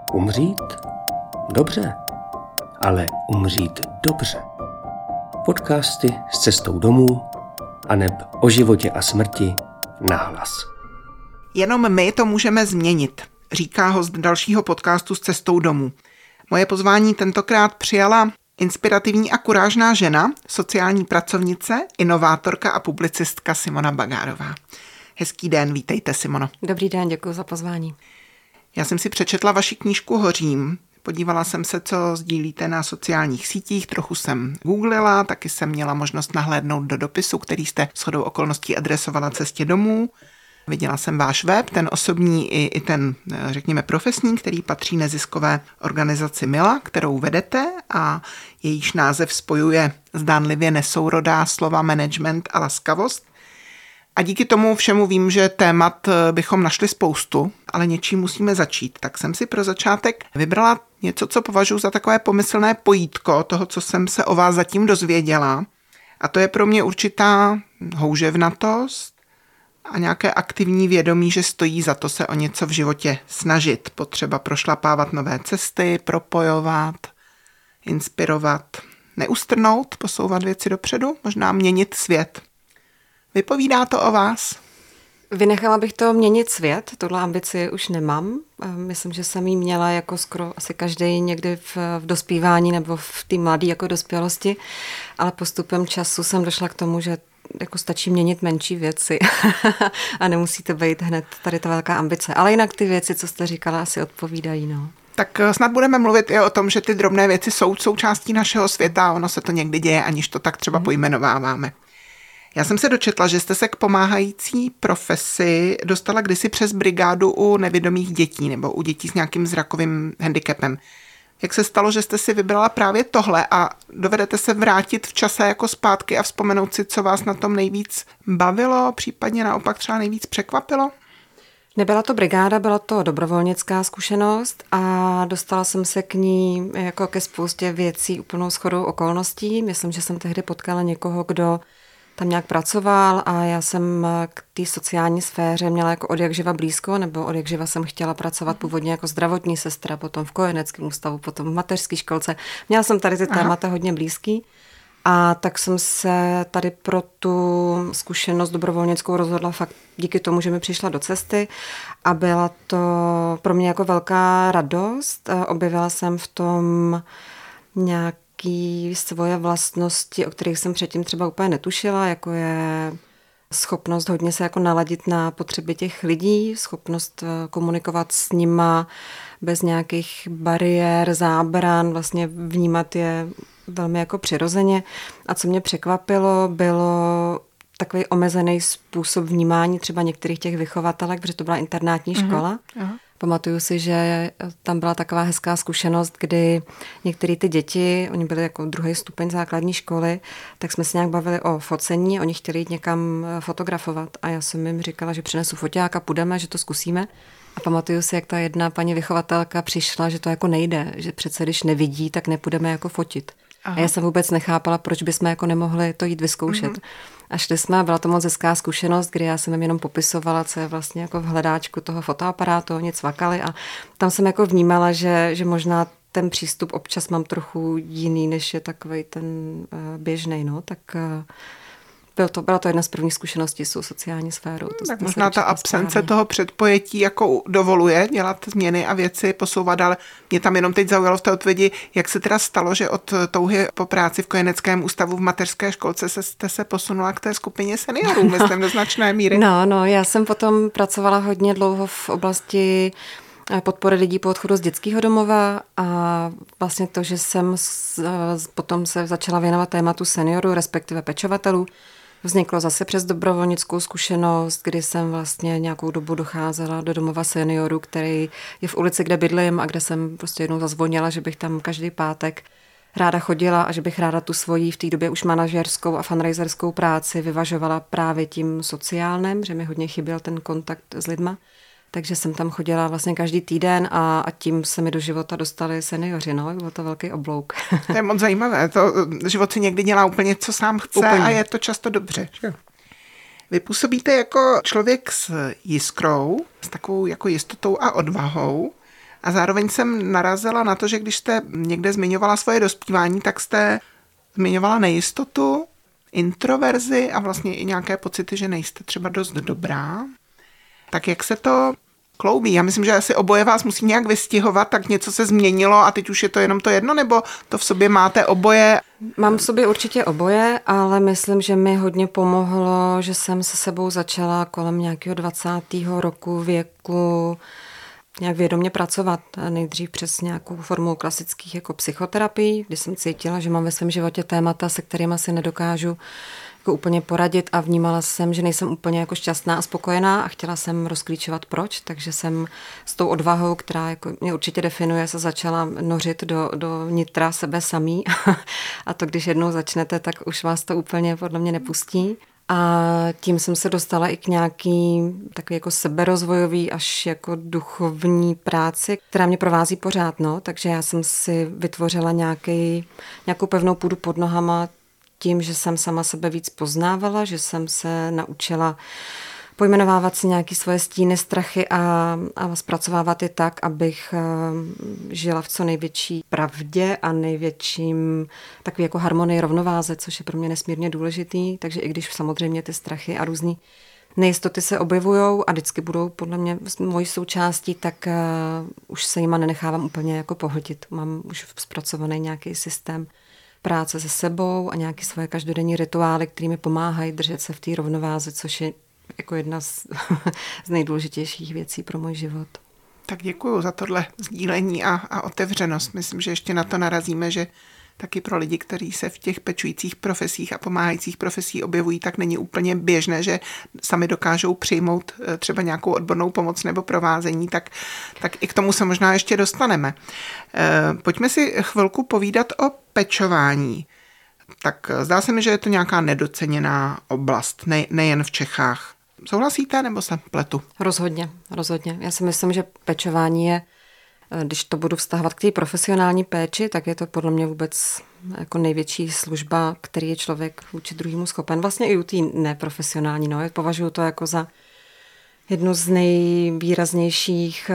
Umřít? Dobře, ale umřít dobře. Podcasty s cestou domů aneb o životě a smrti nahlas. Jenom my to můžeme změnit, říká host dalšího podcastu s cestou domů. Moje pozvání tentokrát přijala inspirativní a kurážná žena, sociální pracovnice, inovátorka a publicistka Simona Bagárová. Hezký den, vítejte, Simono. Dobrý den, děkuji za pozvání. Já jsem si přečetla vaši knížku Hořím. Podívala jsem se, co sdílíte na sociálních sítích, trochu jsem googlila, taky jsem měla možnost nahlédnout do dopisu, který jste shodou okolností adresovala Cestě domů. Viděla jsem váš web, ten osobní i ten, řekněme, profesní, který patří neziskové organizaci Mila, kterou vedete a jejíž název spojuje zdánlivě nesourodá slova management a laskavost. A díky tomu všemu vím, že témat bychom našli spoustu, ale něčím musíme začít. Tak jsem si pro začátek vybrala něco, co považuji za takové pomyslné pojítko toho, co jsem se o vás zatím dozvěděla. A to je pro mě určitá houževnatost a nějaké aktivní vědomí, že stojí za to se o něco v životě snažit. Potřeba prošlapávat nové cesty, propojovat, inspirovat, neustrnout, posouvat věci dopředu, možná měnit svět. Vypovídá to o vás? Vynechala bych to měnit svět, tuhle ambici už nemám. Myslím, že jsem ji měla jako skoro asi každý někdy v dospívání nebo v té mladé jako dospělosti, ale postupem času jsem došla k tomu, že jako stačí měnit menší věci a nemusí to být hned tady ta velká ambice. Ale jinak ty věci, co jste říkala, asi odpovídají. No. Tak snad budeme mluvit i o tom, že ty drobné věci jsou součástí našeho světa a ono se to někdy děje, aniž to tak třeba pojmenováváme. Já jsem se dočetla, že jste se k pomáhající profesi dostala kdysi přes brigádu u nevidomých dětí nebo u dětí s nějakým zrakovým handicapem. Jak se stalo, že jste si vybrala právě tohle a dovedete se vrátit v čase jako zpátky a vzpomenout si, co vás na tom nejvíc bavilo, případně naopak třeba nejvíc překvapilo? Nebyla to brigáda, byla to dobrovolnická zkušenost a dostala jsem se k ní jako ke spoustě věcí úplnou shodou okolností. Myslím, že jsem tehdy potkala někoho, kdo tam nějak pracoval a já jsem k té sociální sféře měla jako odjakživa blízko, nebo odjakživa jsem chtěla pracovat původně jako zdravotní sestra, potom v kojeneckém ústavu, potom v mateřské školce. Měla jsem tady ty témata hodně blízký a tak jsem se tady pro tu zkušenost dobrovolnickou rozhodla fakt díky tomu, že mi přišla do cesty a byla to pro mě jako velká radost. Objevila jsem v tom nějak svoje vlastnosti, o kterých jsem předtím třeba úplně netušila, jako je schopnost hodně se jako naladit na potřeby těch lidí, schopnost komunikovat s nima bez nějakých bariér, zábran, vlastně vnímat je velmi jako přirozeně. A co mě překvapilo, bylo takový omezený způsob vnímání třeba některých těch vychovatelek, protože to byla internátní škola. Pamatuju si, že tam byla taková hezká zkušenost, kdy některé ty děti, oni byli jako druhý stupeň základní školy, tak jsme se nějak bavili o focení, oni chtěli jít někam fotografovat a já jsem jim říkala, že přinesu foťák a půjdeme, že to zkusíme. A pamatuju si, jak ta jedna paní vychovatelka přišla, že to jako nejde, že přece když nevidí, tak nepůjdeme jako fotit. Aha. A já jsem vůbec nechápala, proč bychom jako nemohli to jít vyzkoušet. A šli jsme, byla to moc hezká zkušenost, kdy já jsem jim jenom popisovala, co je vlastně jako v hledáčku toho fotoaparátu, oni cvakali a tam jsem jako vnímala, že možná ten přístup občas mám trochu jiný, než je takovej ten běžnej, no, tak byla to jedna z prvních zkušeností s sociální sférou. Tak možná ta absence toho předpojetí jako dovoluje dělat změny a věci, posouvat, ale mě tam jenom teď zaujalo v té odpovědi, jak se teda stalo, že od touhy po práci v kojeneckém ústavu v mateřské školce jste se posunula k té skupině seniorů, myslím, do značné míry. No, já jsem potom pracovala hodně dlouho v oblasti podpory lidí po odchodu z dětského domova a vlastně to, že jsem potom se začala věnovat tématu seniorů, respektive pečovatelů, vzniklo zase přes dobrovolnickou zkušenost, kdy jsem vlastně nějakou dobu docházela do domova seniorů, který je v ulici, kde bydlím a kde jsem prostě jednou zazvonila, že bych tam každý pátek ráda chodila a že bych ráda tu svoji v té době už manažerskou a fundraiserskou práci vyvažovala právě tím sociálním, že mi hodně chyběl ten kontakt s lidma. Takže jsem tam chodila vlastně každý týden a tím se mi do života dostali seniori, no, bylo to velký oblouk. To je moc zajímavé, to život si někdy dělá úplně, co sám chce úplně. A je to často dobře. Vy působíte jako člověk s jiskrou, s takovou jako jistotou a odvahou A zároveň jsem narazila na to, že když jste někde zmiňovala svoje dospívání, tak jste zmiňovala nejistotu, introverzi a vlastně i nějaké pocity, že nejste třeba dost dobrá. Tak jak se to kloubí? Já myslím, že asi oboje vás musí nějak vystihovat, tak něco se změnilo a teď už je to jenom to jedno, nebo to v sobě máte oboje? Mám v sobě určitě oboje, ale myslím, že mi hodně pomohlo, že jsem se sebou začala kolem nějakého 20. roku věku nějak vědomě pracovat. Nejdřív přes nějakou formu klasických jako psychoterapii, kdy jsem cítila, že mám ve svém životě témata, se kterými si nedokážu jako úplně poradit a vnímala jsem, že nejsem úplně jako šťastná a spokojená a chtěla jsem rozklíčovat proč, takže jsem s tou odvahou, která jako mě určitě definuje, se začala nořit do nitra sebe samý a to, když jednou začnete, tak už vás to úplně podle mě nepustí. A tím jsem se dostala i k nějaký takový jako seberozvojový až jako duchovní práci, která mě provází pořád, no. Takže já jsem si vytvořila nějakou pevnou půdu pod nohama tím, že jsem sama sebe víc poznávala, že jsem se naučila pojmenovávat si nějaké svoje stíny, strachy a zpracovávat je tak, abych žila v co největší pravdě a největším takový jako harmonii, rovnováze, což je pro mě nesmírně důležitý. Takže i když samozřejmě ty strachy a různý nejistoty se objevujou a vždycky budou podle mě mojí součástí, tak už se jima nenechávám úplně jako pohltit. Mám už zpracovaný nějaký systém práce se sebou a nějaké svoje každodenní rituály, které mi pomáhají držet se v té rovnováze, což je jako jedna z nejdůležitějších věcí pro můj život. Tak děkuju za tohle sdílení a otevřenost. Myslím, že ještě na to narazíme, že taky pro lidi, kteří se v těch pečujících profesích a pomáhajících profesí objevují, tak není úplně běžné, že sami dokážou přijmout třeba nějakou odbornou pomoc nebo provázení, tak i k tomu se možná ještě dostaneme. Pojďme si chvilku povídat o pečování. Tak zdá se mi, že je to nějaká nedoceněná oblast, nejen v Čechách. Souhlasíte, nebo se pletu? Rozhodně. Já si myslím, že pečování je, když to budu vztahovat k té profesionální péči, tak je to podle mě vůbec jako největší služba, který je člověk vůči druhému schopen. Vlastně i u té neprofesionální. No. Já považuji to jako za jednu z nejvýraznějších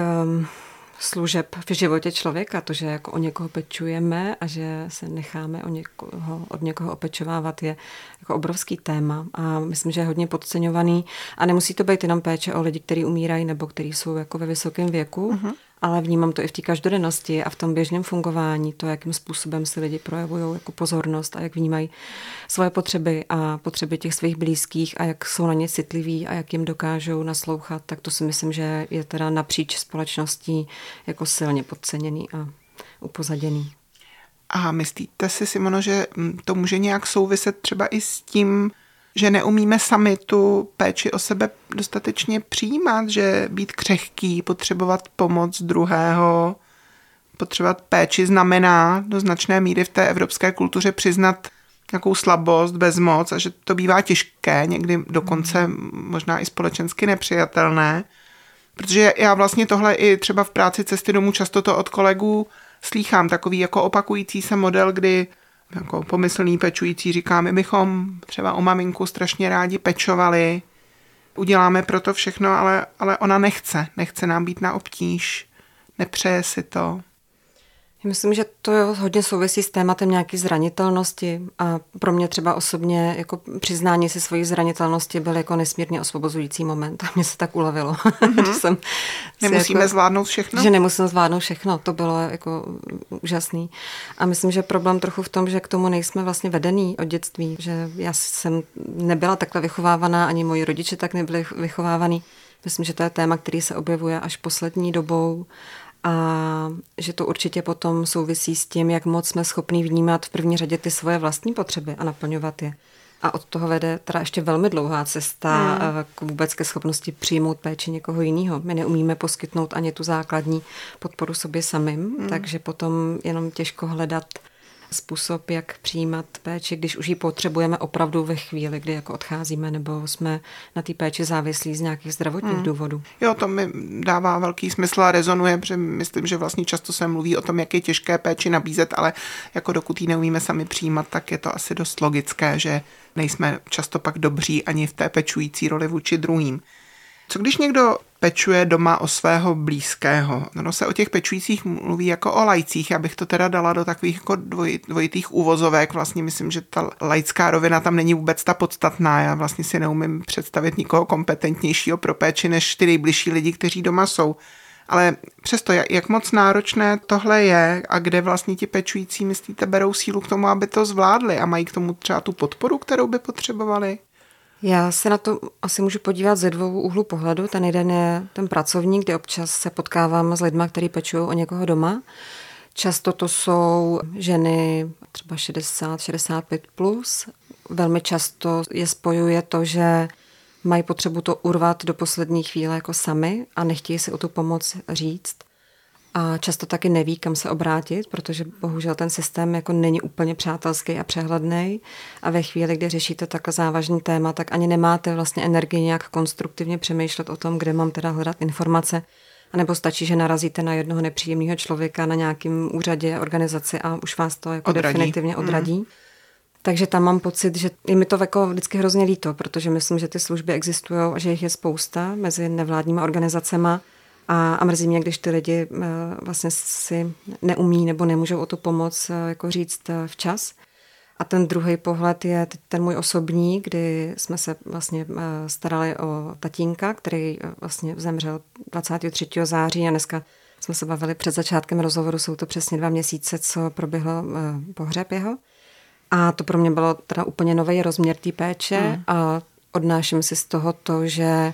služeb v životě člověka, to, že jako o někoho pečujeme a že se necháme od někoho opečovávat, je jako obrovský téma a myslím, že je hodně podceňovaný a nemusí to být jenom péče o lidi, kteří umírají nebo kteří jsou jako ve vysokém věku, ale vnímám to i v té každodennosti a v tom běžném fungování, to, jakým způsobem si lidi projevují jako pozornost a jak vnímají svoje potřeby a potřeby těch svých blízkých a jak jsou na ně citliví a jak jim dokážou naslouchat, tak to si myslím, že je teda napříč společností jako silně podceněný a upozaděný. A myslíte si, Simono, že to může nějak souviset třeba i s tím, že neumíme sami tu péči o sebe dostatečně přijímat, že být křehký, potřebovat pomoc druhého, potřebovat péči znamená do značné míry v té evropské kultuře přiznat nějakou slabost, bezmoc a že to bývá těžké, někdy dokonce možná i společensky nepřijatelné. Protože já vlastně tohle i třeba v práci Cesty domů často to od kolegů slýchám, takový jako opakující se model, kdy jako pomyslný pečující říká, my bychom třeba o maminku strašně rádi pečovali, uděláme pro to všechno, ale ona nechce nám být na obtíž, nepřeje si to. Myslím, že to hodně souvisí s tématem nějaké zranitelnosti a pro mě třeba osobně jako přiznání si svojí zranitelnosti byl jako nesmírně osvobozující moment a mě se tak ulevilo. Nemusíme zvládnout všechno? Že nemusím zvládnout všechno, to bylo jako úžasný. A myslím, že problém trochu v tom, že k tomu nejsme vlastně vedený od dětství, že já jsem nebyla takhle vychovávaná, ani moji rodiče tak nebyli vychovávaný. Myslím, že to je téma, který se objevuje až poslední dobou. A že to určitě potom souvisí s tím, jak moc jsme schopní vnímat v první řadě ty svoje vlastní potřeby a naplňovat je. A od toho vede teda ještě velmi dlouhá cesta vůbec ke schopnosti přijmout péči někoho jiného. My neumíme poskytnout ani tu základní podporu sobě samým, takže potom jenom těžko hledat způsob, jak přijímat péči, když už ji potřebujeme opravdu ve chvíli, kdy jako odcházíme nebo jsme na té péči závislí z nějakých zdravotních důvodů. Jo, to mi dává velký smysl a rezonuje, protože myslím, že vlastně často se mluví o tom, jak je těžké péči nabízet, ale jako dokud ji neumíme sami přijímat, tak je to asi dost logické, že nejsme často pak dobří ani v té pečující roli vůči druhým. Co když někdo pečuje doma o svého blízkého? No se o těch pečujících mluví jako o laicích, já bych to teda dala do takových jako dvojitých úvozovek. Vlastně myslím, že ta laická rovina tam není vůbec ta podstatná. Já vlastně si neumím představit nikoho kompetentnějšího pro péči než ty nejbližší lidi, kteří doma jsou. Ale přesto, jak moc náročné tohle je a kde vlastně ti pečující, myslíte, berou sílu k tomu, aby to zvládli a mají k tomu třeba tu podporu, kterou by potřebovali? Já se na to asi můžu podívat ze dvou úhlů pohledu. Ten jeden je ten pracovní, kde občas se potkávám s lidmi, kteří pečují o někoho doma. Často to jsou ženy třeba 60-65 plus. Velmi často je spojuje to, že mají potřebu to urvat do poslední chvíle jako sami a nechtějí si o tu pomoc říct. A často taky neví, kam se obrátit, protože bohužel ten systém jako není úplně přátelský a přehledný. A ve chvíli, kdy řešíte takhle závažný téma, tak ani nemáte vlastně energii nějak konstruktivně přemýšlet o tom, kde mám teda hledat informace. A nebo stačí, že narazíte na jednoho nepříjemného člověka na nějakém úřadě, organizaci a už vás to jako definitivně odradí. Takže tam mám pocit, že je mi to jako vždycky hrozně líto, protože myslím, že ty služby existují a že jich je spousta mezi nevládníma organizacema. A mrzí mě, když ty lidi vlastně si neumí nebo nemůžou o tu pomoc jako říct včas. A ten druhý pohled je ten můj osobní, kdy jsme se vlastně starali o tatínka, který vlastně zemřel 23. září a dneska jsme se bavili před začátkem rozhovoru, jsou to přesně 2 měsíce, co proběhl pohřeb jeho. A to pro mě bylo teda úplně nový rozměr té péče a odnáším si z toho to, že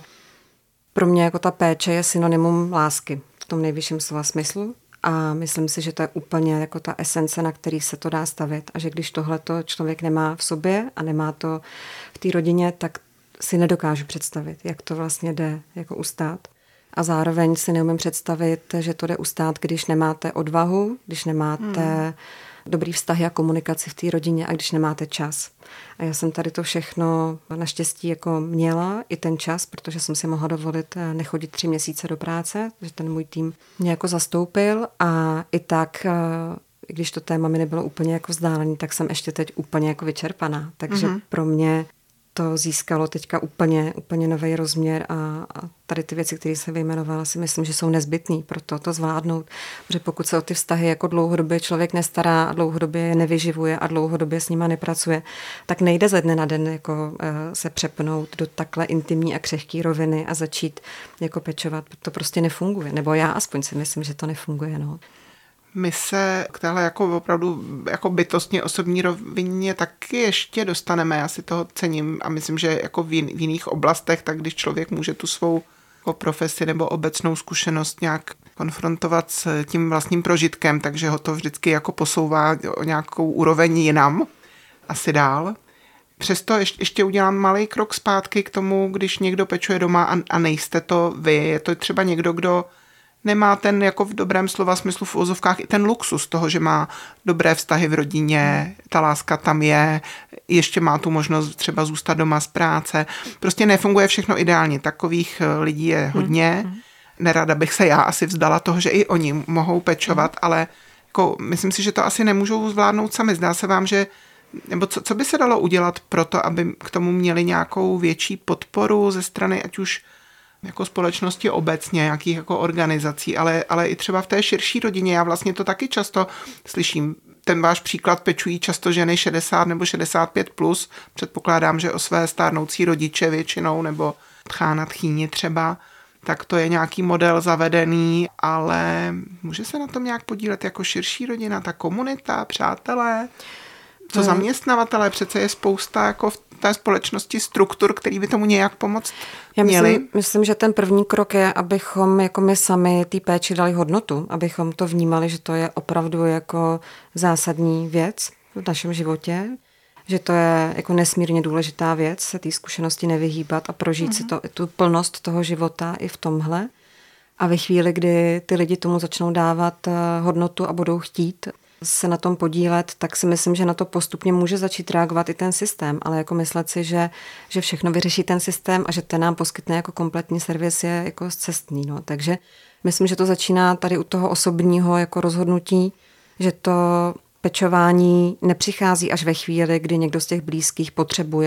pro mě jako ta péče je synonymum lásky v tom nejvyšším slova smyslu a myslím si, že to je úplně jako ta esence, na který se to dá stavět a že když tohleto člověk nemá v sobě a nemá to v té rodině, tak si nedokážu představit, jak to vlastně jde jako ustát. A zároveň si neumím představit, že to jde ustát, když nemáte odvahu, když nemáte dobrý vztahy a komunikaci v té rodině a když nemáte čas. A já jsem tady to všechno naštěstí jako měla, i ten čas, protože jsem si mohla dovolit nechodit 3 měsíce do práce, že ten můj tým mě jako zastoupil a i tak, i když to téma mi nebylo úplně jako vzdálený, tak jsem ještě teď úplně jako vyčerpaná. Takže pro mě to získalo teďka úplně nový rozměr a tady ty věci, které se vyjmenovala, si myslím, že jsou nezbytný pro to zvládnout. Protože pokud se o ty vztahy jako dlouhodobě člověk nestará a dlouhodobě je nevyživuje a dlouhodobě s nima nepracuje, tak nejde ze dne na den jako se přepnout do takhle intimní a křehké roviny a začít jako pečovat. To prostě nefunguje. Nebo já aspoň si myslím, že to nefunguje. No. My se k téhle jako opravdu jako bytostně osobní rovině taky ještě dostaneme, já si toho cením a myslím, že jako v jiných oblastech, tak když člověk může tu svou jako profesi nebo obecnou zkušenost nějak konfrontovat s tím vlastním prožitkem, takže ho to vždycky jako posouvá o nějakou úroveň jinam, asi dál. Přesto ještě udělám malý krok zpátky k tomu, když někdo pečuje doma a nejste to vy, je to třeba někdo, kdo nemá ten jako v dobrém slova smyslu v uvozovkách i ten luxus toho, že má dobré vztahy v rodině, ta láska tam je, ještě má tu možnost třeba zůstat doma z práce. Prostě nefunguje všechno ideálně. Takových lidí je hodně. Nerada bych se já asi vzdala toho, že i oni mohou pečovat, ale jako, myslím si, že to asi nemůžou zvládnout sami. Zdá se vám, že nebo co by se dalo udělat pro to, aby k tomu měli nějakou větší podporu ze strany ať už jako společnosti obecně, nějakých jako organizací, ale i třeba v té širší rodině. Já vlastně to taky často slyším. Ten váš příklad pečují často ženy 60 nebo 65 plus. Předpokládám, že o své stárnoucí rodiče většinou nebo tchána, tchýni třeba. Tak to je nějaký model zavedený, ale může se na tom nějak podílet jako širší rodina, ta komunita, přátelé? Co zaměstnavatelé? Přece je spousta jako v té společnosti struktur, který by tomu nějak pomoct měli. Já myslím, že ten první krok je, abychom jako my sami té péči dali hodnotu, abychom to vnímali, že to je opravdu jako zásadní věc v našem životě, že to je jako nesmírně důležitá věc, se té zkušenosti nevyhýbat a prožít si tu plnost toho života i v tomhle. A ve chvíli, kdy ty lidi tomu začnou dávat hodnotu a budou chtít se na tom podílet, tak si myslím, že na to postupně může začít reagovat i ten systém, ale jako myslet si, že všechno vyřeší ten systém a že ten nám poskytne jako kompletní servis je jako scestný. No. Takže myslím, že to začíná tady u toho osobního jako rozhodnutí, že to pečování nepřichází až ve chvíli, kdy někdo z těch blízkých potřebuje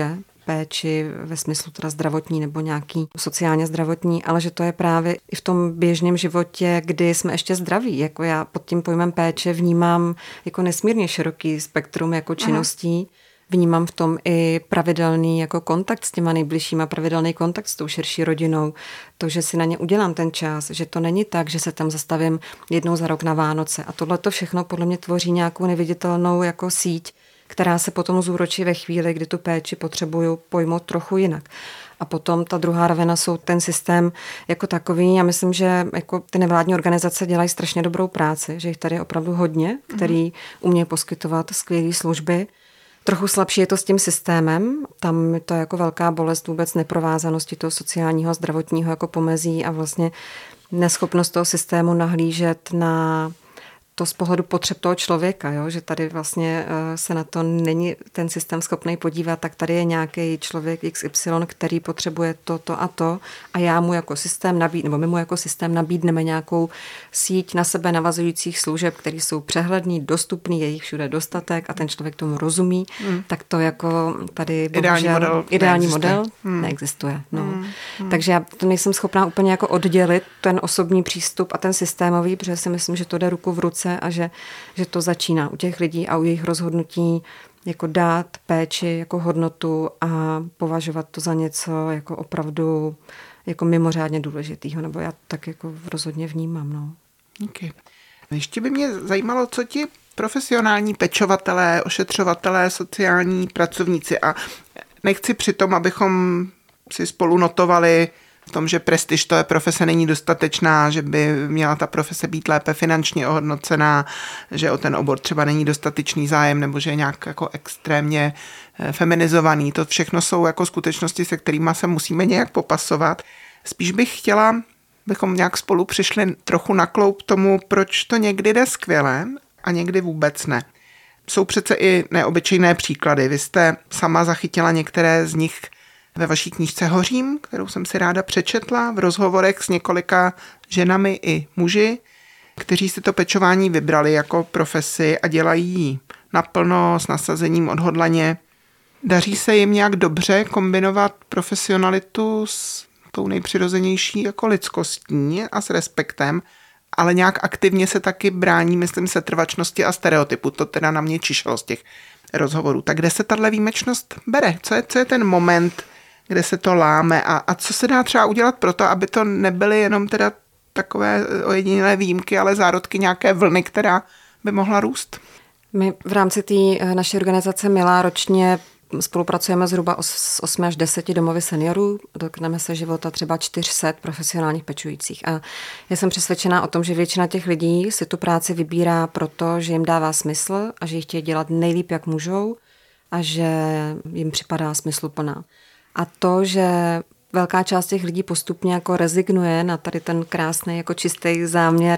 péči ve smyslu teda zdravotní nebo nějaký sociálně zdravotní, ale že to je právě i v tom běžném životě, kdy jsme ještě zdraví. Jako já pod tím pojmem péče vnímám jako nesmírně široký spektrum jako činností. Vnímám v tom i pravidelný jako kontakt s těma nejbližšíma, pravidelný kontakt s tou širší rodinou. To, že si na ně udělám ten čas, že to není tak, že se tam zastavím jednou za rok na Vánoce. A tohle to všechno podle mě tvoří nějakou neviditelnou jako síť, která se potom zúročí ve chvíli, kdy tu péči potřebuju pojmout trochu jinak. A potom ta druhá rovina jsou ten systém jako takový. Já myslím, že jako ty nevládní organizace dělají strašně dobrou práci, že jich tady je opravdu hodně, který umějí poskytovat skvělé služby. Trochu slabší je to s tím systémem. Tam to je jako velká bolest vůbec neprovázanosti toho sociálního a zdravotního jako pomezí a vlastně neschopnost toho systému nahlížet na to z pohledu potřeb toho člověka, jo? Že tady vlastně se na to není ten systém schopný podívat, tak tady je nějaký člověk XY, který potřebuje to a to a já mu jako systém nebo my mu jako systém nabídneme nějakou síť na sebe navazujících služeb, které jsou přehledný, dostupný, je jich všude dostatek a ten člověk tomu rozumí, tak to jako tady ideální model neexistuje. No. Takže já to nejsem schopná úplně jako oddělit ten osobní přístup a ten systémový, protože si myslím, že to jde ruku v ruce a že to začíná u těch lidí a u jejich rozhodnutí jako dát péči jako hodnotu a považovat to za něco jako opravdu jako mimořádně důležitýho, nebo já tak jako rozhodně vnímám. No. Okay. Ještě by mě zajímalo, co ti profesionální pečovatelé, ošetřovatelé, sociální pracovníci a nechci přitom, abychom si spolu notovali v tom, že prestiž té profese není dostatečná, že by měla ta profese být lépe finančně ohodnocená, že o ten obor třeba není dostatečný zájem nebo že je nějak jako extrémně feminizovaný. To všechno jsou jako skutečnosti, se kterými se musíme nějak popasovat. Spíš bych chtěla, bychom nějak spolu přišli trochu na kloub tomu, proč to někdy jde skvěle a někdy vůbec ne. Jsou přece i neobyčejné příklady. Vy jste sama zachytila některé z nich ve vaší knížce Hořím, kterou jsem si ráda přečetla v rozhovorech s několika ženami i muži, kteří si to pečování vybrali jako profesi a dělají ji naplno, s nasazením, odhodlaně. Daří se jim nějak dobře kombinovat profesionalitu s tou nejpřirozenější jako lidskostí a s respektem, ale nějak aktivně se taky brání, myslím, setrvačnosti a stereotypu. To teda na mě čišelo z těch rozhovorů. Tak kde se tahle výjimečnost bere? Co je ten moment, kde se to láme a co se dá třeba udělat pro to, aby to nebyly jenom teda takové ojedinělé výjimky, ale zárodky nějaké vlny, která by mohla růst? My v rámci té naší organizace Milá ročně spolupracujeme zhruba s 8 až 10 domovy seniorů, dotkneme se života třeba 400 profesionálních pečujících. A já jsem přesvědčená o tom, že většina těch lidí si tu práci vybírá proto, že jim dává smysl a že ji chtějí dělat nejlíp, jak můžou a že jim připadá smysluplná. A to, že velká část těch lidí postupně jako rezignuje na tady ten krásný jako čistý záměr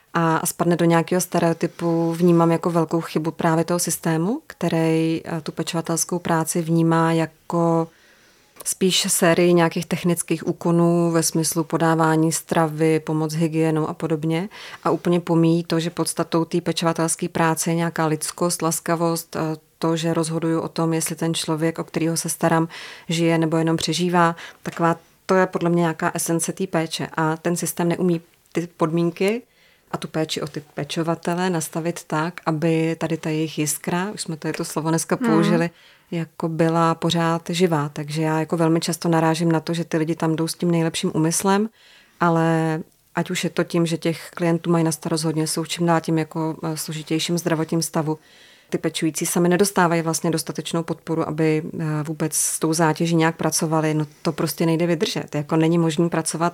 a spadne do nějakého stereotypu, vnímám jako velkou chybu právě toho systému, který tu pečovatelskou práci vnímá jako spíš sérii nějakých technických úkonů ve smyslu podávání stravy, pomoc hygienou a podobně a úplně pomíjí to, že podstatou té pečovatelské práce je nějaká lidskost, laskavost, to, že rozhoduju o tom, jestli ten člověk, o kterého se starám, žije nebo jenom přežívá. Taková to je podle mě nějaká esence té péče a ten systém neumí ty podmínky a tu péči o ty pečovatele nastavit tak, aby tady ta jejich jiskra, už jsme to slovo dneska použili, jako byla pořád živá. Takže já jako velmi často narážím na to, že ty lidi tam jdou s tím nejlepším úmyslem, ale ať už je to tím, že těch klientů mají na starost hodně, jsou čím dál tím jako složitějším zdravotním stavu. Ty pečující sami nedostávají vlastně dostatečnou podporu, aby vůbec s tou zátěží nějak pracovali. No to prostě nejde vydržet. Jako není možné pracovat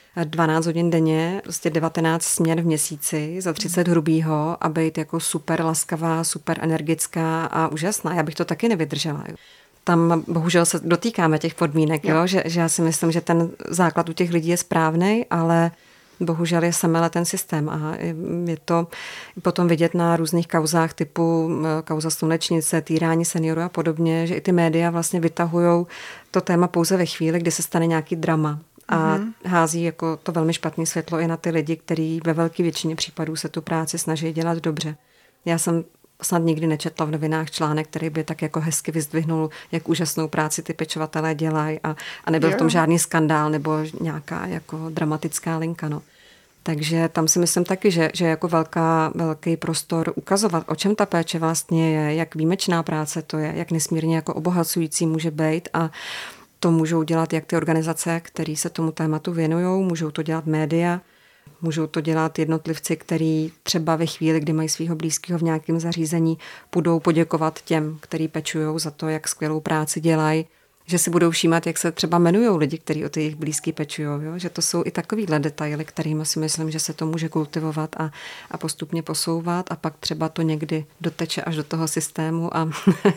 12 hodin denně, prostě 19 směn v měsíci za 30 hrubýho a být jako super laskavá, super energická a úžasná. Já bych to taky nevydržela. Jo. Tam bohužel se dotýkáme těch podmínek, jo? Že já si myslím, že ten základ u těch lidí je správnej, ale bohužel je semele ten systém a je to potom vidět na různých kauzách typu kauza Slunečnice, týrání seniorů a podobně, že i ty média vlastně vytahujou to téma pouze ve chvíli, kdy se stane nějaký drama. A hází jako to velmi špatné světlo i na ty lidi, kteří ve velké většině případů se tu práci snaží dělat dobře. Já jsem snad nikdy nečetla v novinách článek, který by tak jako hezky vyzdvihnul, jak úžasnou práci ty pečovatelé dělají a nebyl v tom žádný skandál nebo nějaká jako dramatická linka. No. Takže tam si myslím taky, že jako velký prostor ukazovat, o čem ta péče vlastně je, jak výjimečná práce to je, jak nesmírně jako obohacující může být a to můžou dělat jak ty organizace, které se tomu tématu věnují, můžou to dělat média, můžou to dělat jednotlivci, kteří třeba ve chvíli, kdy mají svého blízkého v nějakém zařízení, budou poděkovat těm, kteří pečují za to, jak skvělou práci dělají, že si budou všímat, jak se třeba jmenují lidi, kteří o ty jejich blízký pečují. Že to jsou i takovýhle detaily, kterými si myslím, že se to může kultivovat a postupně posouvat a pak třeba to někdy doteče až do toho systému a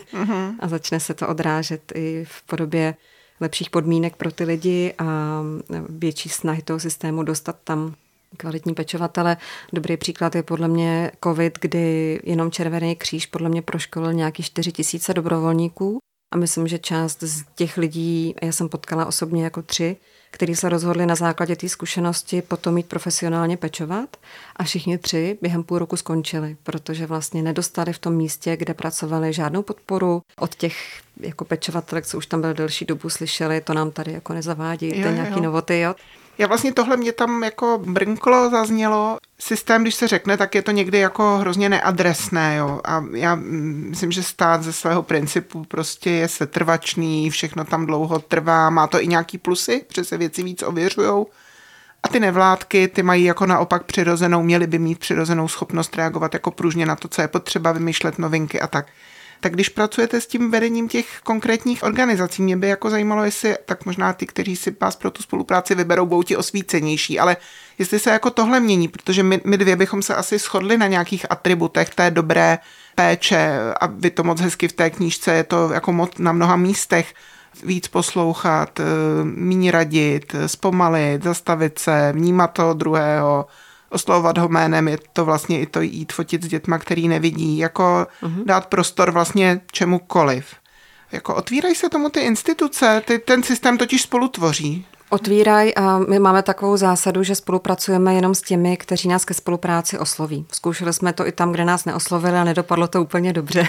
začne se to odrážet i v podobě lepších podmínek pro ty lidi a větší snahy toho systému dostat tam kvalitní pečovatele. Dobrý příklad je podle mě COVID, kdy jenom Červený kříž podle mě proškolil nějaký 4 000 dobrovolníků a myslím, že část z těch lidí, já jsem potkala osobně jako 3, kteří se rozhodli na základě té zkušenosti potom jít profesionálně pečovat a všichni 3 během půl roku skončili, protože vlastně nedostali v tom místě, kde pracovali, žádnou podporu od těch jako pečovatelek, co už tam byli delší dobu, slyšeli, to nám tady jako nezavádí, to je nějaký novoty, jo. Já vlastně tohle mě tam jako brnklo, zaznělo. Systém, když se řekne, tak je to někdy jako hrozně neadresné, jo. A já myslím, že stát ze svého principu prostě je setrvačný, všechno tam dlouho trvá, má to i nějaký plusy, protože se věci víc ověřujou. A ty nevládky, ty mají jako naopak přirozenou, měly by mít přirozenou schopnost reagovat jako pružně na to, co je potřeba, vymýšlet novinky a tak. Tak když pracujete s tím vedením těch konkrétních organizací, mě by jako zajímalo, jestli tak možná ty, kteří si vás pro tu spolupráci vyberou, budou ti osvícenější, ale jestli se jako tohle mění, protože my 2 bychom se asi shodli na nějakých atributech té dobré péče a vy to moc hezky v té knížce, je to jako moc na mnoha místech, víc poslouchat, míň radit, zpomalit, zastavit se, vnímat toho druhého, oslovovat ho jménem, je to vlastně i to jít fotit s dětma, který nevidí, jako dát prostor vlastně čemukoliv. Jako otvírají se tomu ty instituce, ten systém totiž spolu tvoří. Otvírají a my máme takovou zásadu, že spolupracujeme jenom s těmi, kteří nás ke spolupráci osloví. Zkoušeli jsme to i tam, kde nás neoslovili a nedopadlo to úplně dobře.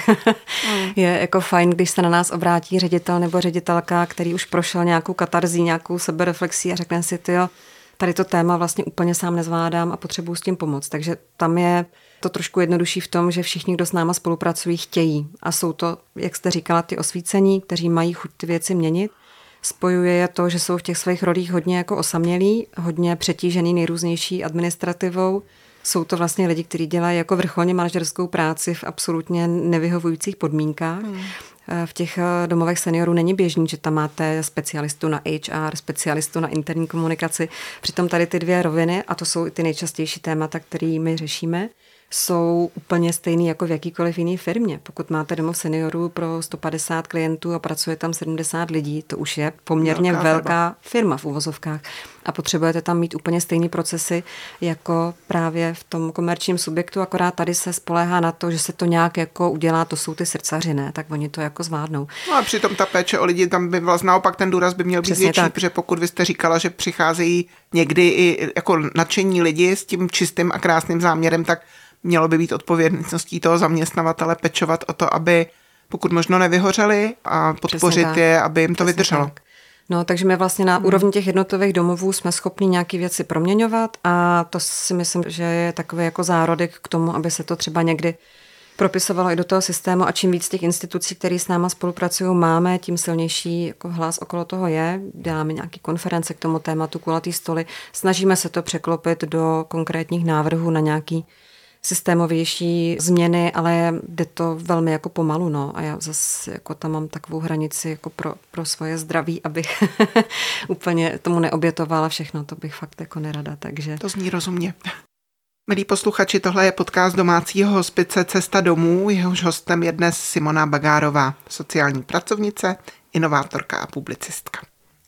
Je jako fajn, když se na nás obrátí ředitel nebo ředitelka, který už prošel nějakou katarzí, nějakou sebereflexí a řekne si, tyjo, tady to téma vlastně úplně sám nezvládám a potřebuji s tím pomoct. Takže tam je to trošku jednodušší v tom, že všichni, kdo s náma spolupracují, chtějí. A jsou to, jak jste říkala, ty osvícení, kteří mají chuť ty věci měnit. Spojuje je to, že jsou v těch svých rolích hodně jako osamělí, hodně přetížený nejrůznější administrativou. Jsou to vlastně lidi, kteří dělají jako vrcholně manažerskou práci v absolutně nevyhovujících podmínkách. V těch domovech seniorů není běžný, že tam máte specialistu na HR, specialistu na interní komunikaci. Přitom tady ty 2 roviny, a to jsou i ty nejčastější témata, které my řešíme, jsou úplně stejný jako v jakýkoliv jiné firmě. Pokud máte domov seniorů pro 150 klientů a pracuje tam 70 lidí, to už je poměrně velká firma v uvozovkách. A potřebujete tam mít úplně stejný procesy jako právě v tom komerčním subjektu, akorát tady se spoléhá na to, že se to nějak jako udělá, to jsou ty srdcaři, ne? Tak oni to jako zvládnou. No a přitom ta péče o lidi, tam by vlastně naopak ten důraz by měl být větší, protože pokud vy jste říkala, že přicházejí někdy i jako nadšení lidi s tím čistým a krásným záměrem, tak mělo by být odpovědností toho zaměstnavatele pečovat o to, aby pokud možno nevyhořeli a podpořit je, aby jim to vydrželo. Tak. No, takže my vlastně na úrovni těch jednotlivých domovů jsme schopni nějaké věci proměňovat a to si myslím, že je takový jako zárodek k tomu, aby se to třeba někdy propisovalo i do toho systému a čím víc těch institucí, které s náma spolupracují, máme, tím silnější jako hlas okolo toho je. Děláme nějaké konference k tomu tématu, kulatý stoly. Snažíme se to překlopit do konkrétních návrhů na nějaký systémovější změny, ale jde to velmi jako pomalu, no. A já zase jako tam mám takovou hranici jako pro svoje zdraví, abych úplně tomu neobětovala všechno, to bych fakt jako nerada, takže. To zní rozumně. Milí posluchači, tohle je podcast domácího hospice Cesta domů, jehož hostem je dnes Simona Bagárová, sociální pracovnice, inovátorka a publicistka.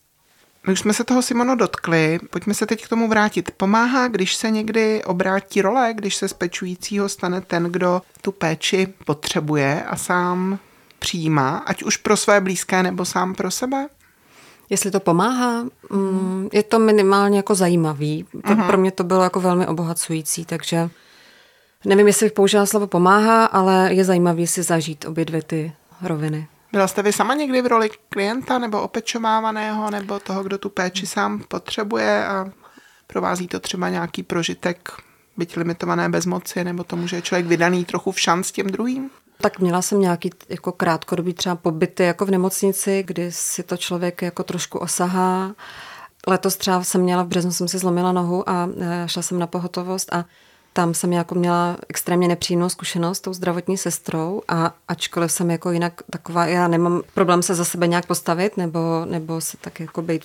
My už jsme se toho, Simono, dotkli, pojďme se teď k tomu vrátit. Pomáhá, když se někdy obrátí role, když se z pečujícího stane ten, kdo tu péči potřebuje a sám přijímá, ať už pro své blízké nebo sám pro sebe? Jestli to pomáhá, je to minimálně jako zajímavý. Pro mě to bylo jako velmi obohacující, takže Nevím, jestli bych použila slovo pomáhá, ale je zajímavý si zažít obě dvě ty roviny. Byla jste vy sama někdy v roli klienta nebo opečovávaného nebo toho, kdo tu péči sám potřebuje a provází to třeba nějaký prožitek, byť limitované bezmoci, nebo tomu, že je člověk vydaný trochu v šanc těm druhým? Tak měla jsem nějaký jako krátkodobý třeba pobyty jako v nemocnici, kdy si to člověk jako trošku osahá. Letos třeba jsem měla, v březnu jsem si zlomila nohu a šla jsem na pohotovost a tam jsem jako měla extrémně nepříjemnou zkušenost s tou zdravotní sestrou a ačkoliv jsem jako jinak taková, já nemám problém se za sebe nějak postavit nebo se tak jako být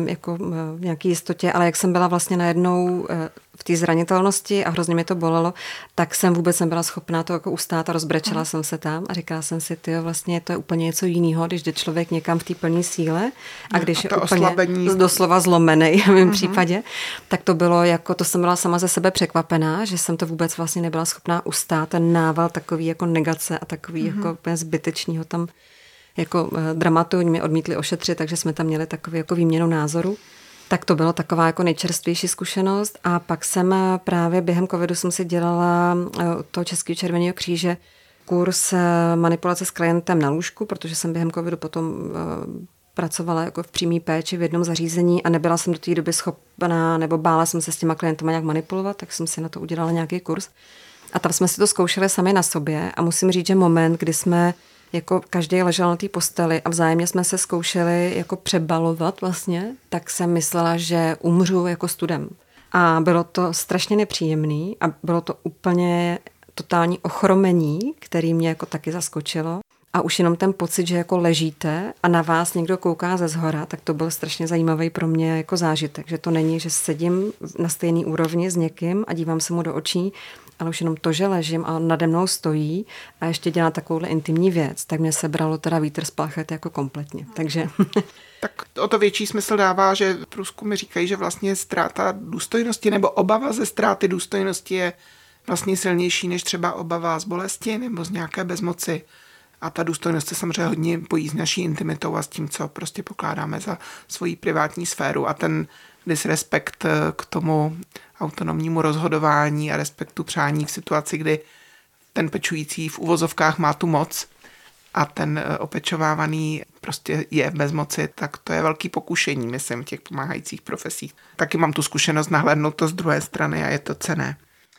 v nějaký jistotě, ale jak jsem byla vlastně najednou v té zranitelnosti a hrozně mě to bolelo, tak jsem vůbec nebyla schopná to jako ustát a rozbrečela jsem se tam a říkala jsem si, tyjo, vlastně to je úplně něco jiného, když jde člověk někam v té plné síle a když je úplně doslova zlomený v mém případě, tak to bylo jako, to jsem byla sama ze sebe překvapená, že jsem to vůbec vlastně nebyla schopná ustát, ten nával takový jako negace a takový jako úplně zbytečného tam jako dramatu, oni mě odmítli ošetřit, takže jsme tam měli takový jako výměnu názoru. Tak to bylo taková jako nejčerstvější zkušenost a pak jsem právě během covidu jsem si dělala od toho Českého červeného kříže kurz manipulace s klientem na lůžku, protože jsem během covidu potom pracovala jako v přímé péči v jednom zařízení a nebyla jsem do té doby schopná nebo bála jsem se s těma klientama nějak manipulovat, tak jsem si na to udělala nějaký kurz. A tam jsme si to zkoušeli sami na sobě a musím říct, že moment, kdy jsme jako každý ležel na té posteli a vzájemně jsme se zkoušeli jako přebalovat vlastně, tak jsem myslela, že umřu jako studem. A bylo to strašně nepříjemný a bylo to úplně totální ochromení, který mě jako taky zaskočilo. A už jenom ten pocit, že jako ležíte a na vás někdo kouká ze zhora, tak to byl strašně zajímavý pro mě jako zážitek, že to není, že sedím na stejný úrovni s někým a dívám se mu do očí, ale už jenom to, že ležím a nade mnou stojí a ještě dělá takovouhle intimní věc, tak mě sebralo teda vítr z plachet jako kompletně. Takže... Tak o to větší smysl dává, že průzkumy říkají, že vlastně ztráta důstojnosti nebo obava ze ztráty důstojnosti je vlastně silnější než třeba obava z bolesti nebo z nějaké bezmoci. A ta důstojnost se samozřejmě hodně pojí s naší intimitou a s tím, co prostě pokládáme za svoji privátní sféru a ten disrespekt k tomu autonomnímu rozhodování a respektu přání v situaci, kdy ten pečující v uvozovkách má tu moc a ten opečovávaný prostě je v bezmoci, tak to je velký pokušení, myslím, v těch pomáhajících profesích. Taky mám tu zkušenost nahlédnout to z druhé strany a je to cenné.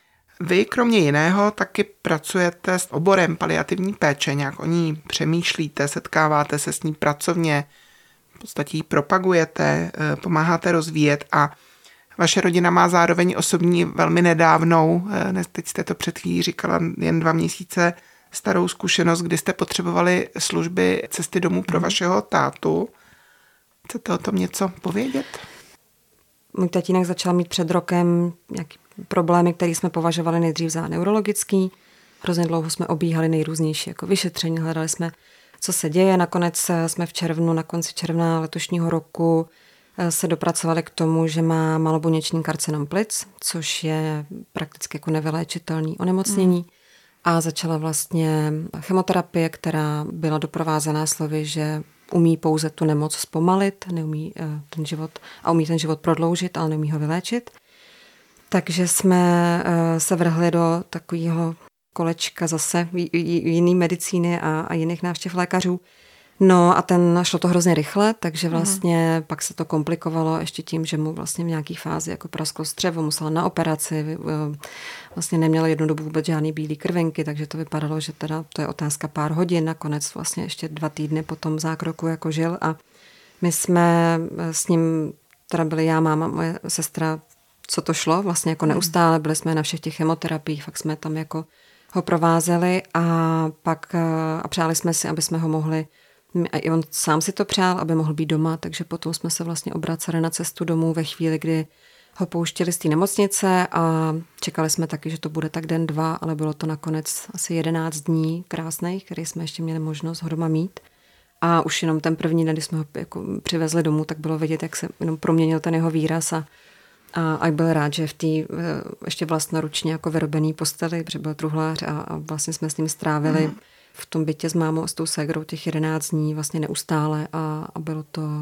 Vy kromě jiného taky pracujete s oborem paliativní péče, nějak o ní přemýšlíte, setkáváte se s ní pracovně, v podstatě ji propagujete, pomáháte rozvíjet a vaše rodina má zároveň osobní velmi nedávnou, teď jste to před chvílí říkala, jen 2 měsíce starou zkušenost, kdy jste potřebovali služby cesty domů pro vašeho tátu. Chcete o tom něco povědět? Můj tatínek začal mít před rokem nějaký problémy, které jsme považovali nejdřív za neurologický. Hrozně dlouho jsme obíhali nejrůznější jako vyšetření, hledali jsme, co se děje. Nakonec jsme na konci června letošního roku se dopracovali k tomu, že má malobuněčný karcinom plic, což je prakticky jako nevyléčitelný onemocnění. A začala vlastně chemoterapie, která byla doprovázená slovy, že umí pouze tu nemoc zpomalit, neumí ten život a umí ten život prodloužit, ale neumí ho vyléčit. Takže jsme se vrhli do takového kolečka zase jiný medicíny a jiných návštěv lékařů. No a šlo to hrozně rychle, takže vlastně pak se to komplikovalo ještě tím, že mu vlastně v nějaký fázi jako prasklo střevo, musel na operaci, vlastně neměl jednu dobu vůbec žádný bílý krvinky, takže to vypadalo, že teda to je otázka pár hodin, nakonec vlastně ještě 2 týdny po tom zákroku jako žil a my jsme s ním, teda byli já, máma, moje sestra, co to šlo, vlastně jako neustále, byli jsme na všech těch chemoterapiích, fakt jsme tam jako ho provázeli a pak a přáli jsme si, aby jsme ho mohli, a i on sám si to přál, aby mohl být doma, takže potom jsme se vlastně obraceli na cestu domů ve chvíli, kdy ho pouštěli z té nemocnice a čekali jsme taky, že to bude tak den 2, ale bylo to nakonec asi 11 dní krásných, který jsme ještě měli možnost ho doma mít. A už jenom ten první den, kdy jsme ho jako přivezli domů, tak bylo vidět, jak se jenom proměnil ten jeho výraz a byl rád, že v té ještě vlastnoručně jako vyrobený posteli, protože byl truhlář a vlastně jsme s ním strávili v tom bytě s mámou a s tou ségrou těch 11 dní vlastně neustále a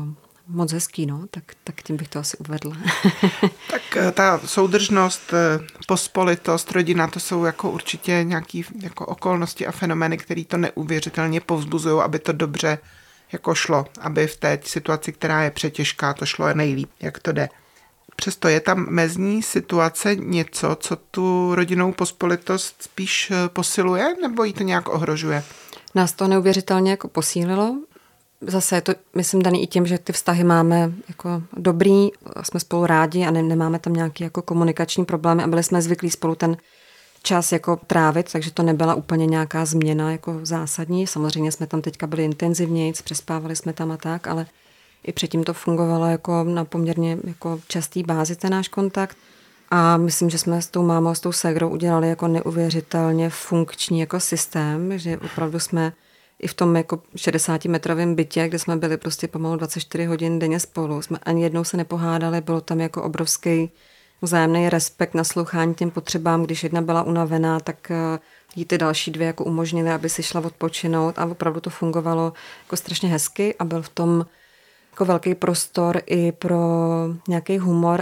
moc hezký, no, tak tím bych to asi uvedla. Tak ta soudržnost, pospolitost, rodina, to jsou jako určitě nějaké jako okolnosti a fenomény, které to neuvěřitelně povzbuzují, aby to dobře jako šlo, aby v té situaci, která je přetěžká, to šlo nejlíp, jak to jde. Přesto je tam mezní situace něco, co tu rodinnou pospolitost spíš posiluje, nebo jí to nějak ohrožuje? Nás to neuvěřitelně jako posílilo. Zase je to, myslím, daný i tím, že ty vztahy máme jako dobrý, jsme spolu rádi a nemáme tam nějaké jako komunikační problémy a byli jsme zvyklí spolu ten čas jako trávit, takže to nebyla úplně nějaká změna jako zásadní. Samozřejmě jsme tam teďka byli intenzivnějc, přespávali jsme tam a tak, ale i předtím to fungovalo jako na poměrně jako častý bázi ten náš kontakt. A myslím, že jsme s tou mámou, s tou ségrou udělali jako neuvěřitelně funkční jako systém, že opravdu jsme i v tom jako 60-metrovém bytě, kde jsme byli prostě pomalu 24 hodin denně spolu. Jsme ani jednou se nepohádali, bylo tam jako obrovský vzájemný respekt, naslouchání těm potřebám. Když jedna byla unavená, tak jí ty další dvě jako umožnily, aby si šla odpočinout a opravdu to fungovalo jako strašně hezky a byl v tom jako velký prostor i pro nějaký humor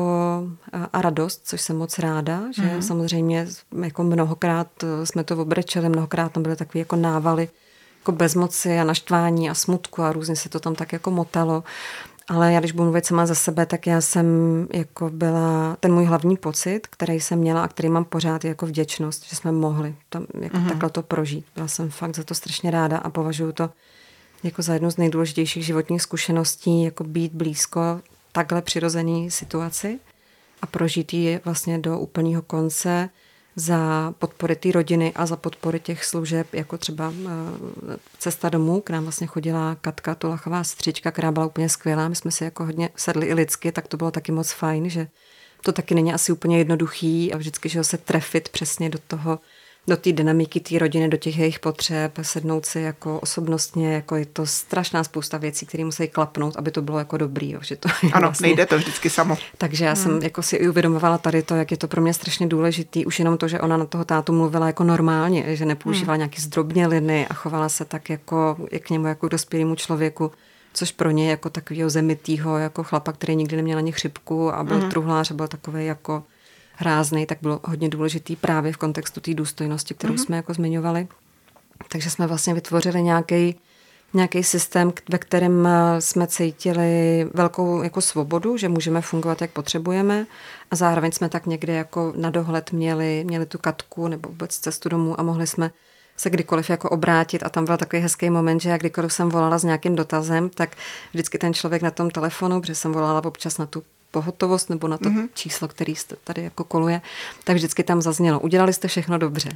a radost, což jsem moc ráda, že samozřejmě jako mnohokrát jsme to obrečeli, mnohokrát tam byly takové jako návaly jako bezmoci a naštvání a smutku a různě se to tam tak jako motalo. Ale já, když budu mluvit sama za sebe, tak já jsem jako byla, ten můj hlavní pocit, který jsem měla a který mám pořád, je jako vděčnost, že jsme mohli tam jako takhle to prožít. Byla jsem fakt za to strašně ráda a považuji to jako za jednu z nejdůležitějších životních zkušeností, jako být blízko takhle přirozený situaci a prožít ji vlastně do úplného konce za podpory té rodiny a za podpory těch služeb, jako třeba Cesta domů, k nám vlastně chodila Katka Tulachová sestřička, která byla úplně skvělá. My jsme si jako hodně sedli i lidsky, tak to bylo taky moc fajn, že to taky není asi úplně jednoduchý a vždycky, že ho se trefit přesně do toho, do té dynamiky té rodiny, do těch jejich potřeb, sednout si jako osobnostně, jako je to strašná spousta věcí, které musí klapnout, aby to bylo jako dobrý. Jo, že to ano, vlastně nejde to vždycky samo. Takže já jsem jako si i uvědomovala tady to, jak je to pro mě strašně důležitý, už jenom to, že ona na toho tátu mluvila jako normálně, že nepoužívala nějaký zdrobněliny a chovala se tak jako k němu jako k dospělému člověku, což pro ně jako takovýho zemitýho, jako chlapa, který nikdy neměl ani chřipku a byl truhlář a byl takovej jako hráznej, tak bylo hodně důležitý právě v kontextu té důstojnosti, kterou jsme jako zmiňovali. Takže jsme vlastně vytvořili nějaký systém, ve kterém jsme cítili velkou jako svobodu, že můžeme fungovat, jak potřebujeme a zároveň jsme tak někde jako na dohled měli tu Katku nebo vůbec Cestu domů a mohli jsme se kdykoliv jako obrátit a tam byl takový hezký moment, že já kdykoliv jsem volala s nějakým dotazem, tak vždycky ten člověk na tom telefonu, protože jsem volala občas na tu pohotovost nebo na to číslo, který tady jako koluje, tak vždycky tam zaznělo, udělali jste všechno dobře.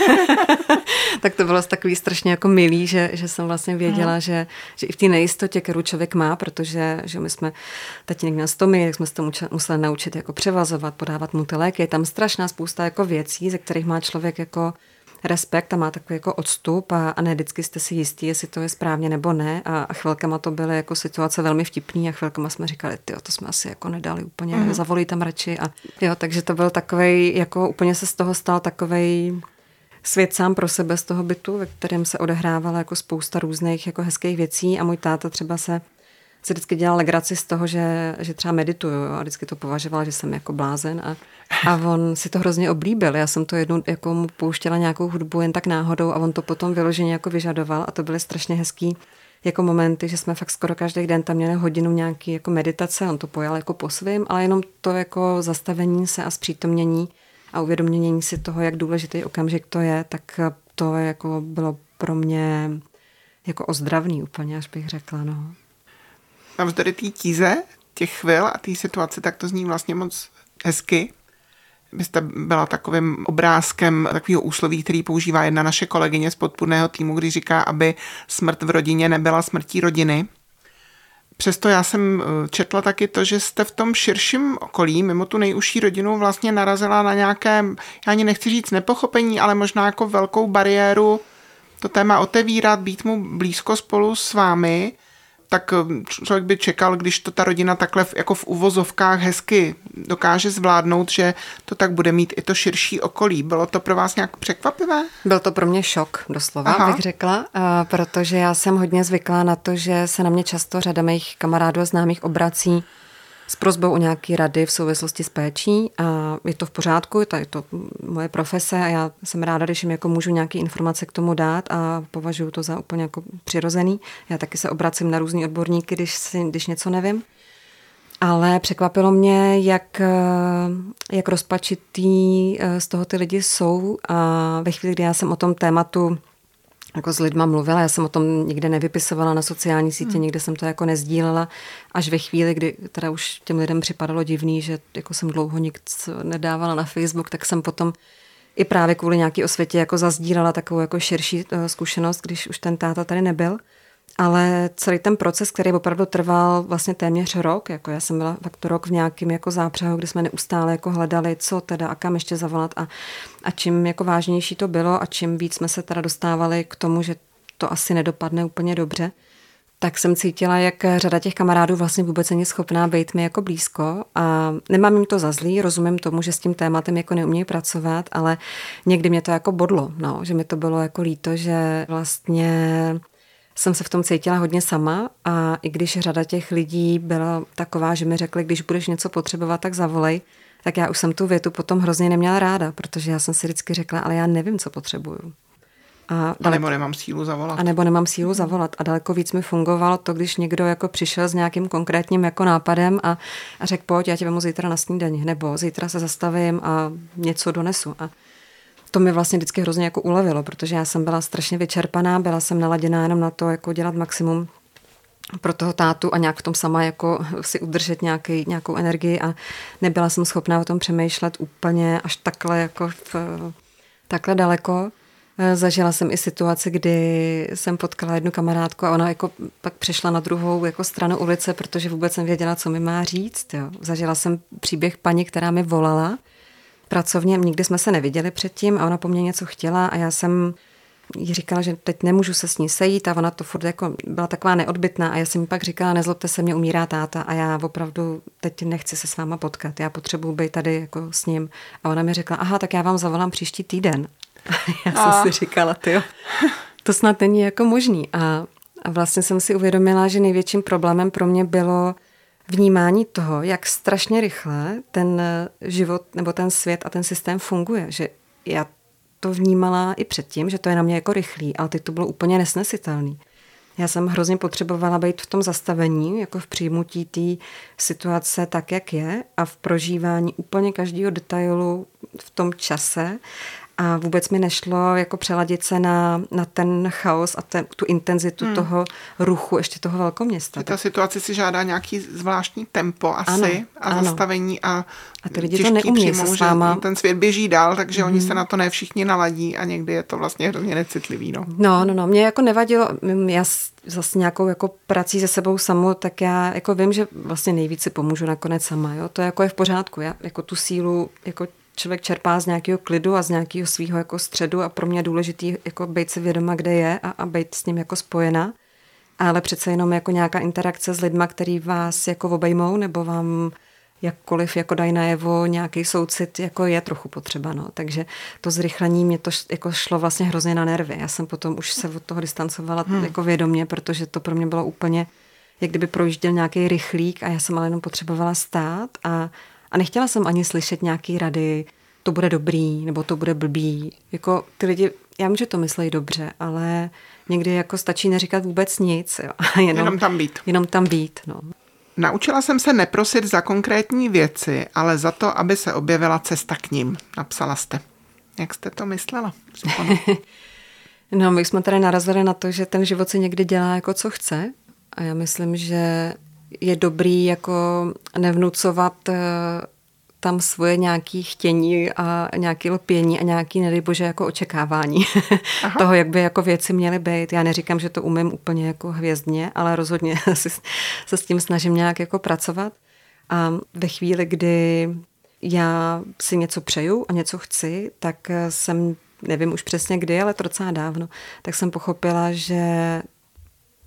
Tak to bylo takový strašně jako milý, že jsem vlastně věděla, že i v té nejistotě, kterou člověk má, protože že my jsme tatínek měl stomii, tak jsme se to museli naučit jako převazovat, podávat mu ty léky. Je tam strašná spousta jako věcí, ze kterých má člověk jako respekt a má takový jako odstup a ne vždycky jste si jistí, jestli to je správně nebo ne a chvilkama to byly jako situace velmi vtipný a chvilkama jsme říkali, tyjo, to jsme asi jako nedali úplně, zavolí tam radši a jo, takže to byl takovej, jako úplně se z toho stal takovej svět sám pro sebe z toho bytu, ve kterém se odehrávala jako spousta různých jako hezkých věcí a můj táta třeba se vždycky dělal legraci z toho, že třeba medituju a vždycky to považoval, že jsem jako blázen a on si to hrozně oblíbil. Já jsem to jednou jako mu pouštěla nějakou hudbu jen tak náhodou a on to potom vyloženě jako vyžadoval a to byly strašně hezký jako momenty, že jsme fakt skoro každý den tam měli hodinu nějaký jako meditace, on to pojal jako po svým, ale jenom to jako zastavení se a zpřítomnění a uvědomění si toho, jak důležitý okamžik to je, tak to jako bylo pro mě jako ozdravný úplně, až bych řekla, no. Navzdory té tíze, těch chvil a té situace, tak to zní vlastně moc hezky. Byste byla takovým obrázkem takového úsloví, který používá jedna naše kolegyně z podpůrného týmu, když říká, aby smrt v rodině nebyla smrtí rodiny. Přesto já jsem četla taky to, že jste v tom širším okolí, mimo tu nejužší rodinu, vlastně narazila na nějaké, já ani nechci říct nepochopení, ale možná jako velkou bariéru to téma otevírat, být mu blízko spolu s vámi. tak člověk by čekal, když to ta rodina takhle jako v uvozovkách hezky dokáže zvládnout, že to tak bude mít i to širší okolí. Bylo to pro vás nějak překvapivé? Byl to pro mě šok, doslova, bych řekla, protože já jsem hodně zvyklá na to, že se na mě často řada mých kamarádů a známých obrací s prosbou o nějaké rady v souvislosti s péčí a je to v pořádku, je to moje profese a já jsem ráda, když jim jako můžu nějaké informace k tomu dát a považuji to za úplně jako přirozený. Já taky se obracím na různý odborníky, když něco nevím. Ale překvapilo mě, jak rozpačitý z toho ty lidi jsou a ve chvíli, kdy já jsem o tom tématu jako s lidma mluvila, já jsem o tom nikde nevypisovala na sociální sítě, nikde jsem to jako nezdílela, až ve chvíli, kdy teda už těm lidem připadalo divný, že jako jsem dlouho nic nedávala na Facebook, tak jsem potom i právě kvůli nějaký osvětě jako zazdílala takovou jako širší zkušenost, když už ten táta tady nebyl. Ale celý ten proces, který opravdu trval vlastně téměř rok, jako já jsem byla fakt rok v nějakém jako zápřehu, kdy jsme neustále jako hledali, co teda a kam ještě zavolat a čím jako vážnější to bylo a čím víc jsme se teda dostávali k tomu, že to asi nedopadne úplně dobře, tak jsem cítila, jak řada těch kamarádů vlastně vůbec není schopná být mi jako blízko a nemám jim to za zlý, rozumím tomu, že s tím tématem jako neumějí pracovat, ale někdy mě to jako bodlo, no, že mi to bylo jako líto, že vlastně jsem se v tom cítila hodně sama a i když řada těch lidí byla taková, že mi řekli, když budeš něco potřebovat, tak zavolej, tak já už jsem tu větu potom hrozně neměla ráda, protože já jsem si vždycky řekla, ale já nevím, co potřebuju. A nebo nemám sílu zavolat. A nebo nemám sílu zavolat. A daleko víc mi fungovalo to, když někdo jako přišel s nějakým konkrétním jako nápadem a řekl, pojď, já tě vemu zítra na snídani, nebo zítra se zastavím a něco donesu. A to mi vlastně vždycky hrozně jako ulevilo, protože já jsem byla strašně vyčerpaná, byla jsem naladěná jenom na to, jako dělat maximum pro toho tátu a nějak v tom sama jako si udržet nějakou energii a nebyla jsem schopná o tom přemýšlet úplně až takhle jako takhle daleko. Zažila jsem i situaci, kdy jsem potkala jednu kamarádku a ona jako pak přešla na druhou jako stranu ulice, protože vůbec nevěděla, co mi má říct. Jo. Zažila jsem příběh paní, která mi volala pracovně, nikdy jsme se neviděli předtím a ona po mně něco chtěla a já jsem jí říkala, že teď nemůžu se s ní sejít a ona to furt jako byla taková neodbytná a já jsem jí pak říkala, nezlobte se, mě umírá táta a já opravdu teď nechci se s váma potkat, já potřebuji být tady jako s ním. A ona mi řekla, aha, tak já vám zavolám příští týden. A já jsem si říkala, tyjo, to snad není jako možný. A vlastně jsem si uvědomila, že největším problémem pro mě bylo vnímání toho, jak strašně rychle ten život nebo ten svět a ten systém funguje. Že já to vnímala i předtím, že to je na mě jako rychlý, ale teď to bylo úplně nesnesitelný. Já jsem hrozně potřebovala být v tom zastavení, jako v přijmutí té situace tak, jak je a v prožívání úplně každého detailu v tom čase. A vůbec mi nešlo jako přeladit se na ten chaos a tu intenzitu toho ruchu ještě toho velkoměsta. Ta situace si žádá nějaký zvláštní tempo asi ano. Zastavení a ty lidi to neumí se s váma. Ten svět běží dál, takže oni se na to ne všichni naladí a někdy je to vlastně hrozně necitlivý. No. Mě jako nevadilo, já zase nějakou jako prací se sebou samou, tak já jako vím, že vlastně nejvíc si pomůžu nakonec sama. Jo? To jako je v pořádku. Já jako tu sílu jako člověk čerpá z nějakého klidu a z nějakého svého jako středu a pro mě je důležitý jako být si vědoma, kde je a být s ním jako spojena. Ale přece jenom jako nějaká interakce s lidma, který vás jako obejmou nebo vám jakkoliv jako dají najevo nějaký soucit, jako je trochu potřeba. No. Takže to zrychlení mě to jako šlo vlastně hrozně na nervy. Já jsem potom už se od toho distancovala jako vědomě, protože to pro mě bylo úplně, jak kdyby projížděl nějaký rychlík a já jsem ale jenom potřebovala stát a nechtěla jsem ani slyšet nějaký rady, to bude dobrý, nebo to bude blbý. Jako ty lidi, já vím, že to myslejí dobře, ale někdy jako stačí neříkat vůbec nic. Jo. Jenom tam být. Jenom tam být, no. Naučila jsem se neprosit za konkrétní věci, ale za to, aby se objevila cesta k nim. Napsala jste. Jak jste to myslela? No, my jsme tady narazili na to, že ten život si někdy dělá jako co chce a já myslím, že je dobrý jako nevnucovat tam svoje nějaké chtění a nějaké lpění a nějaké, nedej bože, jako očekávání toho, jak by jako věci měly být. Já neříkám, že to umím úplně jako hvězdně, ale rozhodně se s tím snažím nějak jako pracovat. A ve chvíli, kdy já si něco přeju a něco chci, tak jsem, nevím už přesně kdy, ale to docela dávno, tak jsem pochopila, že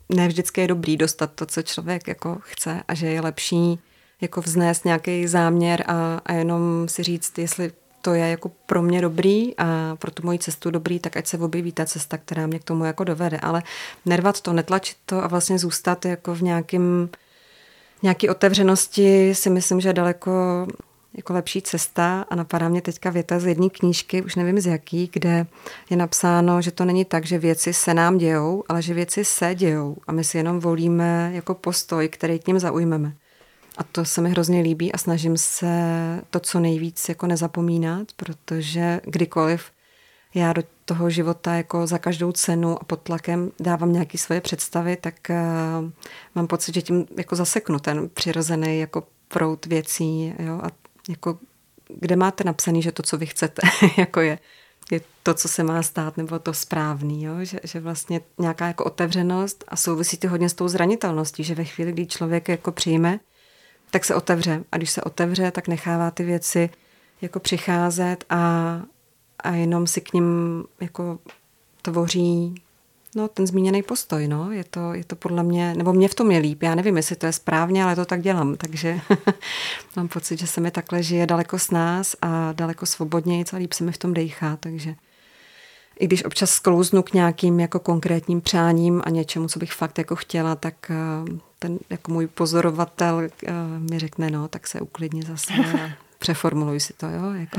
ne vždycky je dobrý dostat to, co člověk jako chce a že je lepší jako vznést nějaký záměr a jenom si říct, jestli to je jako pro mě dobrý a pro tu moji cestu dobrý, tak ať se objeví ta cesta, která mě k tomu jako dovede. Ale nervat to, netlačit to a vlastně zůstat jako v nějaký otevřenosti si myslím, že je daleko jako lepší cesta a napadá mě teďka věta z jedné knížky, už nevím z jaký, kde je napsáno, že to není tak, že věci se nám dějou, ale že věci se dějou a my si jenom volíme jako postoj, který k nim zaujmeme. A to se mi hrozně líbí a snažím se to co nejvíc jako nezapomínat, protože kdykoliv já do toho života jako za každou cenu a pod tlakem dávám nějaké svoje představy, tak mám pocit, že tím jako zaseknu ten přirozený jako proud věcí, jo, a jako kde máte napsaný, že to, co vy chcete, jako je to, co se má stát, nebo to správný, jo? Že vlastně nějaká jako otevřenost a souvisí to hodně s tou zranitelností, že ve chvíli, kdy člověk jako přijme, tak se otevře. A když se otevře, tak nechává ty věci jako přicházet a jenom si k nim jako tvoří ten zmíněný postoj. No. Je to podle mě, nebo mě v tom je líp. Já nevím, jestli to je správně, ale to tak dělám. Takže mám pocit, že se mi takhle žije daleko s nás a daleko svobodněji a líp se mi v tom dejchá. Takže i když občas sklouznu k nějakým jako konkrétním přáním a něčemu, co bych fakt jako chtěla, tak ten jako můj pozorovatel mi řekne, tak se uklidni zase a přeformuluj si to, jo. Jako.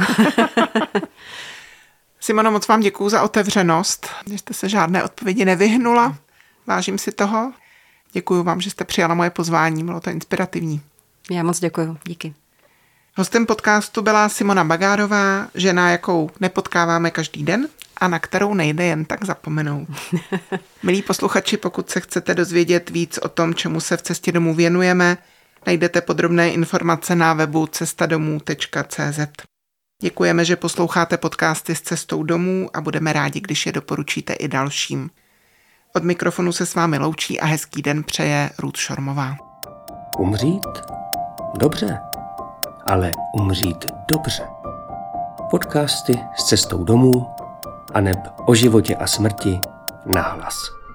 Simono, moc vám děkuju za otevřenost, že jste se žádné odpovědi nevyhnula. Vážím si toho. Děkuju vám, že jste přijala moje pozvání, bylo to inspirativní. Já moc děkuju, díky. Hostem podcastu byla Simona Bagárová, žena, jakou nepotkáváme každý den a na kterou nejde jen tak zapomenout. Milí posluchači, pokud se chcete dozvědět víc o tom, čemu se v Cestě domů věnujeme, najdete podrobné informace na webu cestadomů.cz. Děkujeme, že posloucháte podcasty s Cestou domů a budeme rádi, když je doporučíte i dalším. Od mikrofonu se s vámi loučí a hezký den přeje Ruth Šormová. Umřít? Dobře, ale umřít dobře. Podcasty s Cestou domů aneb o životě a smrti nahlas.